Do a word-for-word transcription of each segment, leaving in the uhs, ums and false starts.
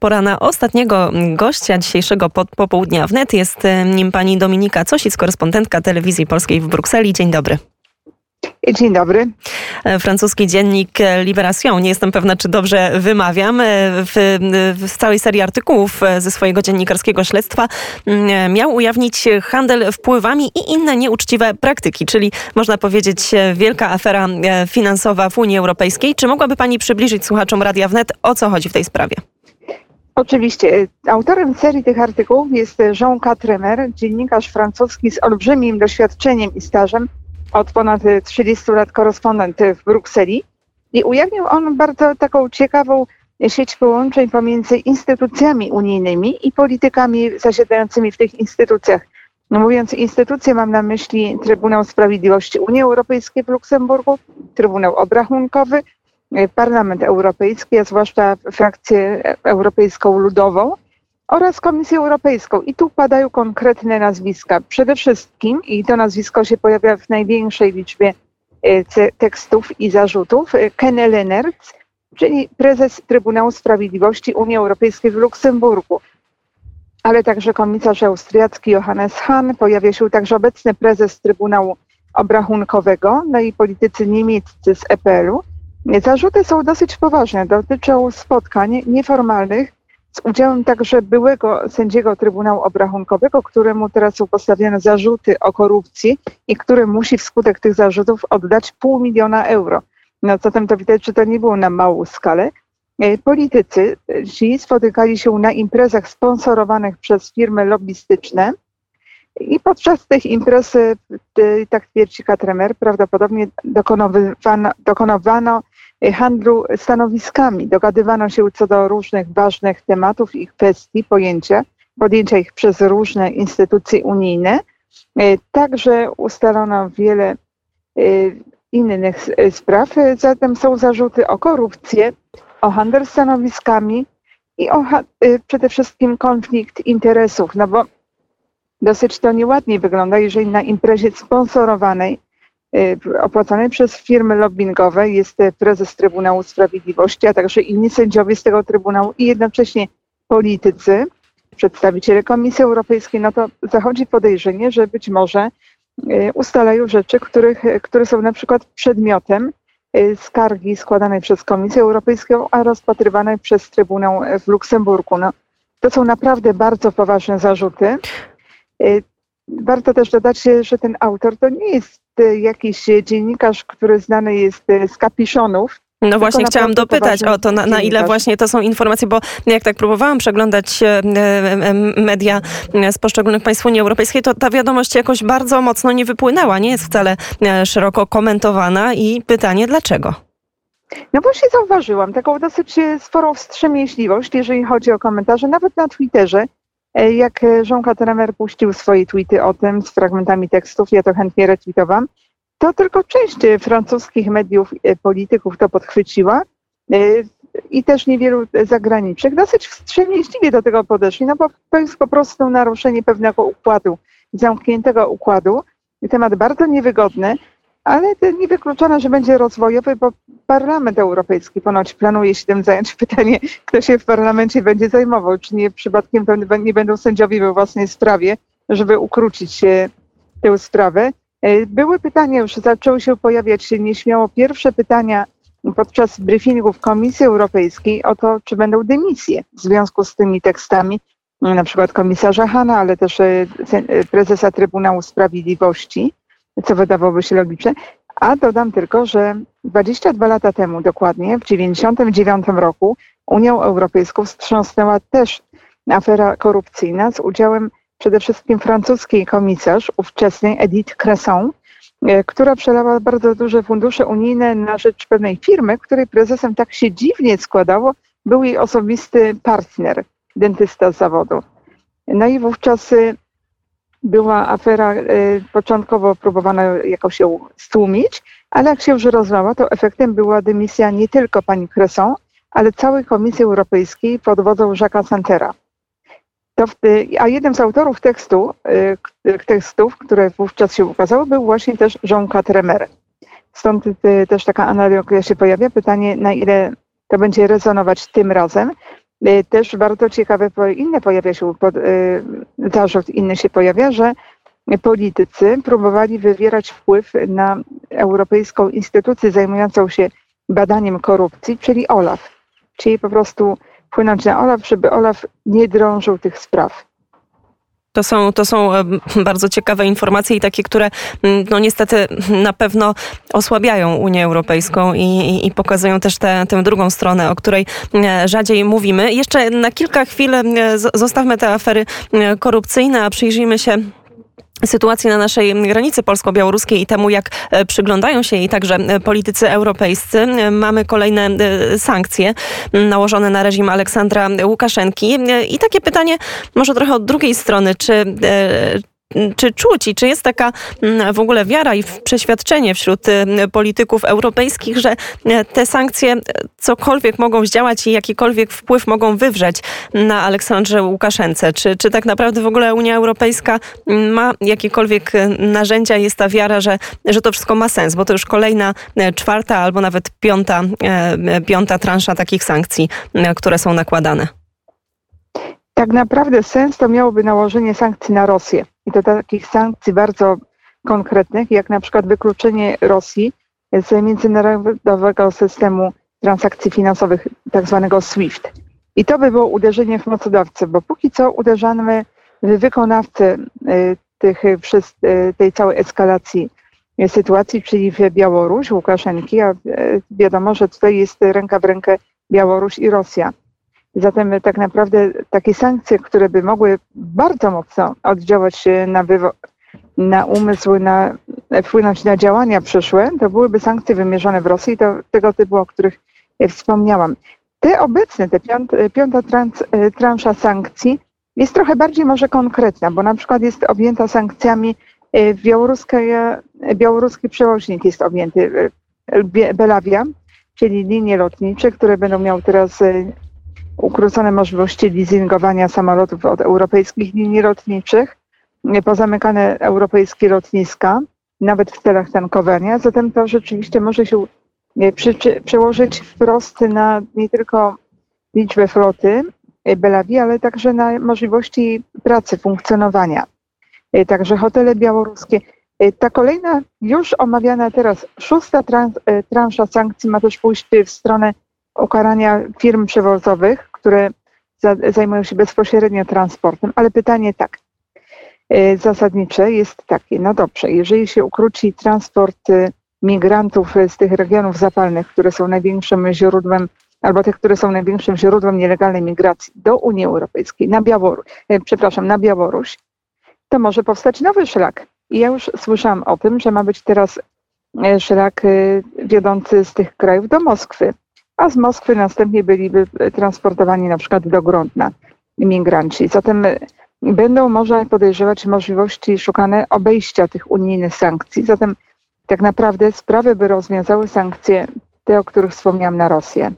Pora na ostatniego gościa dzisiejszego popołudnia wnet. Jest nim pani Dominika Cosic, korespondentka Telewizji Polskiej w Brukseli. Dzień dobry. Dzień dobry. Francuski dziennik Libération, nie jestem pewna, czy dobrze wymawiam, w, w całej serii artykułów ze swojego dziennikarskiego śledztwa miał ujawnić handel wpływami i inne nieuczciwe praktyki, czyli można powiedzieć wielka afera finansowa w Unii Europejskiej. Czy mogłaby pani przybliżyć słuchaczom Radia Wnet, o co chodzi w tej sprawie? Oczywiście. Autorem serii tych artykułów jest Jean Quatremer, dziennikarz francuski z olbrzymim doświadczeniem i stażem, od ponad trzydziestu lat korespondent w Brukseli, i ujawnił on bardzo taką ciekawą sieć połączeń pomiędzy instytucjami unijnymi i politykami zasiadającymi w tych instytucjach. No, mówiąc instytucje, mam na myśli Trybunał Sprawiedliwości Unii Europejskiej w Luksemburgu, Trybunał Obrachunkowy, Parlament Europejski, a zwłaszcza frakcję Europejską Ludową, oraz Komisję Europejską. I tu padają konkretne nazwiska. Przede wszystkim, i to nazwisko się pojawia w największej liczbie tekstów i zarzutów, Kenne Lennertz, czyli prezes Trybunału Sprawiedliwości Unii Europejskiej w Luksemburgu. Ale także komisarz austriacki Johannes Hahn, pojawia się także obecny prezes Trybunału Obrachunkowego, no i politycy niemieccy z E P L-u. Zarzuty są dosyć poważne, dotyczą spotkań nieformalnych z udziałem także byłego sędziego Trybunału Obrachunkowego, któremu teraz są postawione zarzuty o korupcji i który musi wskutek tych zarzutów oddać pół miliona euro. No zatem to widać, że to nie było na małą skalę. Politycy ci spotykali się na imprezach sponsorowanych przez firmy lobbystyczne i podczas tych imprez, tak twierdzi Quatremer, prawdopodobnie dokonywano, dokonywano handlu stanowiskami. Dogadywano się co do różnych ważnych tematów i kwestii, pojęcia, podjęcia ich przez różne instytucje unijne. Także ustalono wiele innych spraw. Zatem są zarzuty o korupcję, o handel stanowiskami i o przede wszystkim konflikt interesów, no bo dosyć to nieładnie wygląda, jeżeli na imprezie sponsorowanej, opłacanej przez firmy lobbingowe jest prezes Trybunału Sprawiedliwości, a także inni sędziowie z tego Trybunału i jednocześnie politycy, przedstawiciele Komisji Europejskiej, no to zachodzi podejrzenie, że być może ustalają rzeczy, których, które są na przykład przedmiotem skargi składanej przez Komisję Europejską, a rozpatrywanej przez Trybunał w Luksemburgu. No, to są naprawdę bardzo poważne zarzuty. Warto też dodać, że ten autor to nie jest jakiś dziennikarz, który znany jest z kapiszonów. No właśnie chciałam dopytać o to, na, na ile właśnie to są informacje, bo jak tak próbowałam przeglądać media z poszczególnych państw Unii Europejskiej, to ta wiadomość jakoś bardzo mocno nie wypłynęła, nie jest wcale szeroko komentowana i pytanie dlaczego? No właśnie zauważyłam taką dosyć sporą wstrzemięźliwość, jeżeli chodzi o komentarze, nawet na Twitterze. Jak Jean Quatremer puścił swoje tweety o tym z fragmentami tekstów, ja to chętnie retweetowałam, to tylko część francuskich mediów, polityków to podchwyciła i też niewielu zagranicznych. Dosyć wstrzemięźliwie do tego podeszli, no bo to jest po prostu naruszenie pewnego układu, zamkniętego układu. Temat bardzo niewygodny, ale niewykluczone, że będzie rozwojowy, bo Parlament Europejski ponoć planuje się tym zająć. Pytanie, kto się w parlamencie będzie zajmował, czy nie przypadkiem to nie będą sędziowie we własnej sprawie, żeby ukrócić tę sprawę. Były pytania, już zaczęły się pojawiać nieśmiało pierwsze pytania podczas briefingów Komisji Europejskiej o to, czy będą dymisje w związku z tymi tekstami, na przykład komisarza Hahna, ale też prezesa Trybunału Sprawiedliwości, co wydawałoby się logiczne. A dodam tylko, że dwadzieścia dwa lata temu dokładnie, w dziewięćdziesiątym dziewiątym roku, Unią Europejską wstrząsnęła też afera korupcyjna z udziałem przede wszystkim francuskiej komisarz, ówczesnej Edith Cresson, która przelała bardzo duże fundusze unijne na rzecz pewnej firmy, której prezesem, tak się dziwnie składało, był jej osobisty partner, dentysta z zawodu. No i wówczas była afera, początkowo próbowano jakoś ją stłumić, ale jak się już rozlała, to efektem była dymisja nie tylko pani Cresson, ale całej Komisji Europejskiej pod wodzą Jacques'a Santera. To w, a jednym z autorów tekstu, tekstów, które wówczas się ukazały, był właśnie też Jean Quatremer. Stąd też taka analogia się pojawia. Pytanie, na ile to będzie rezonować tym razem. Też bardzo ciekawe, inny pojawia się pod, zarzut, inny się pojawia, że politycy próbowali wywierać wpływ na europejską instytucję zajmującą się badaniem korupcji, czyli OLAF. Czyli po prostu wpłynąć na OLAF, żeby OLAF nie drążył tych spraw. To są, to są bardzo ciekawe informacje i takie, które no niestety na pewno osłabiają Unię Europejską i, i, i pokazują też tę, tę drugą stronę, o której rzadziej mówimy. Jeszcze na kilka chwil zostawmy te afery korupcyjne, a przyjrzyjmy się sytuacji na naszej granicy polsko-białoruskiej i temu, jak przyglądają się jej także politycy europejscy. Mamy kolejne sankcje nałożone na reżim Aleksandra Łukaszenki. I takie pytanie może trochę od drugiej strony, czy Czy czuć i czy jest taka w ogóle wiara i przeświadczenie wśród polityków europejskich, że te sankcje cokolwiek mogą zdziałać i jakikolwiek wpływ mogą wywrzeć na Aleksandrze Łukaszence? Czy, czy tak naprawdę w ogóle Unia Europejska ma jakiekolwiek narzędzia, jest ta wiara, że, że to wszystko ma sens? Bo to już kolejna czwarta albo nawet piąta, piąta transza takich sankcji, które są nakładane. Tak naprawdę sens to miałoby nałożenie sankcji na Rosję. I to takich sankcji bardzo konkretnych, jak na przykład wykluczenie Rosji z międzynarodowego systemu transakcji finansowych, tak zwanego SWIFT. I to by było uderzenie w mocodawcę, bo póki co uderzamy w wykonawcę tych, tej całej eskalacji sytuacji, czyli w Białoruś, Łukaszenki, a wiadomo, że tutaj jest ręka w rękę Białoruś i Rosja. Zatem tak naprawdę takie sankcje, które by mogły bardzo mocno oddziałać na, wywo- na umysł, na, wpłynąć na działania przyszłe, to byłyby sankcje wymierzone w Rosji, to tego typu, o których wspomniałam. Te obecne, te piąt, piąta trans, transza sankcji jest trochę bardziej może konkretna, bo na przykład jest objęta sankcjami białoruski, białoruski przewoźnik jest objęty, Belavia, czyli linie lotnicze, które będą miały teraz ukrócone możliwości leasingowania samolotów od europejskich linii lotniczych, pozamykane europejskie lotniska, nawet w celach tankowania. Zatem to rzeczywiście może się przy, przełożyć wprost na nie tylko liczbę floty Belavii, ale także na możliwości pracy, funkcjonowania. Także hotele białoruskie. Ta kolejna, już omawiana teraz szósta trans, transza sankcji ma też pójść w stronę ukarania firm przewozowych, które za, zajmują się bezpośrednio transportem. Ale pytanie tak, zasadnicze jest takie, no dobrze, jeżeli się ukróci transport migrantów z tych regionów zapalnych, które są największym źródłem, albo tych, które są największym źródłem nielegalnej migracji do Unii Europejskiej, na Białoruś, przepraszam, na Białoruś, to może powstać nowy szlak. I ja już słyszałam o tym, że ma być teraz szlak wiodący z tych krajów do Moskwy, a z Moskwy następnie byliby transportowani na przykład do Grodna imigranci. Zatem będą może podejrzewać możliwości szukane obejścia tych unijnych sankcji. Zatem tak naprawdę sprawy by rozwiązały sankcje, te, o których wspomniałam, na Rosję.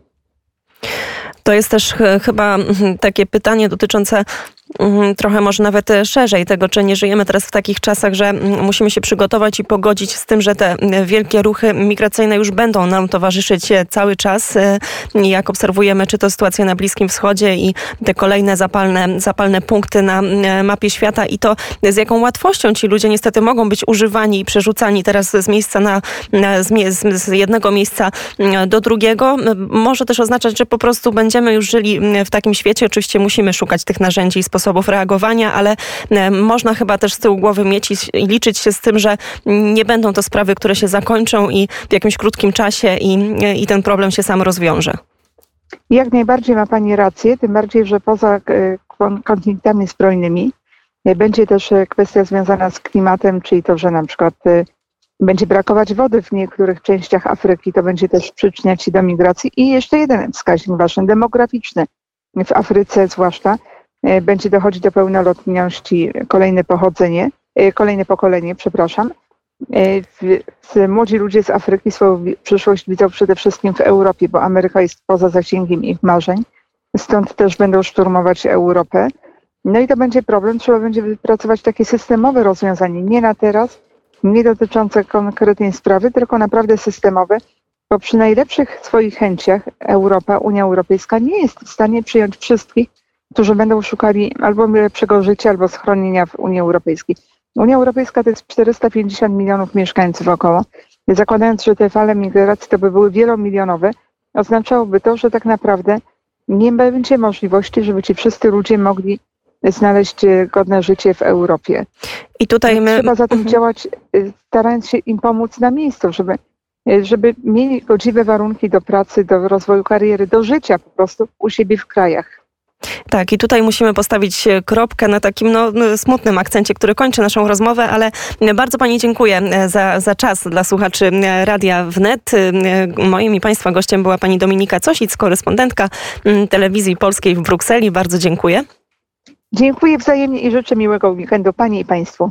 To jest też chyba takie pytanie dotyczące trochę może nawet szerzej tego, czy nie żyjemy teraz w takich czasach, że musimy się przygotować i pogodzić z tym, że te wielkie ruchy migracyjne już będą nam towarzyszyć cały czas. Jak obserwujemy, czy to sytuacja na Bliskim Wschodzie i te kolejne zapalne, zapalne punkty na mapie świata i to z jaką łatwością ci ludzie niestety mogą być używani i przerzucani teraz z miejsca na, na z, z jednego miejsca do drugiego. Może też oznaczać, że po prostu będziemy już żyli w takim świecie. Oczywiście musimy szukać tych narzędzi i sposobów reagowania, ale można chyba też z tyłu głowy mieć i liczyć się z tym, że nie będą to sprawy, które się zakończą i w jakimś krótkim czasie i, i ten problem się sam rozwiąże. Jak najbardziej ma Pani rację, tym bardziej, że poza konfliktami zbrojnymi będzie też kwestia związana z klimatem, czyli to, że na przykład będzie brakować wody w niektórych częściach Afryki, to będzie też przyczyniać się do migracji. I jeszcze jeden wskaźnik ważny, demograficzny. W Afryce zwłaszcza będzie dochodzić do pełnoletności kolejne pochodzenie, kolejne pokolenie, przepraszam. Młodzi ludzie z Afryki swoją przyszłość widzą przede wszystkim w Europie, bo Ameryka jest poza zasięgiem ich marzeń. Stąd też będą szturmować Europę. No i to będzie problem, trzeba będzie wypracować takie systemowe rozwiązanie, nie na teraz, nie dotyczące konkretnej sprawy, tylko naprawdę systemowe, bo przy najlepszych swoich chęciach Europa, Unia Europejska nie jest w stanie przyjąć wszystkich, którzy będą szukali albo lepszego życia, albo schronienia w Unii Europejskiej. Unia Europejska to jest czterysta pięćdziesiąt milionów mieszkańców około. Zakładając, że te fale migracji to by były wielomilionowe, oznaczałoby to, że tak naprawdę nie będzie możliwości, żeby ci wszyscy ludzie mogli znaleźć godne życie w Europie. I tutaj my... Trzeba zatem mhm. działać, starając się im pomóc na miejscu, żeby, żeby mieli godziwe warunki do pracy, do rozwoju kariery, do życia po prostu u siebie w krajach. Tak, i tutaj musimy postawić kropkę na takim no, smutnym akcencie, który kończy naszą rozmowę, ale bardzo Pani dziękuję za, za czas dla słuchaczy Radia Wnet. Moim i Państwa gościem była Pani Dominika Cosic, korespondentka Telewizji Polskiej w Brukseli. Bardzo dziękuję. Dziękuję wzajemnie i życzę miłego weekendu Pani i Państwu.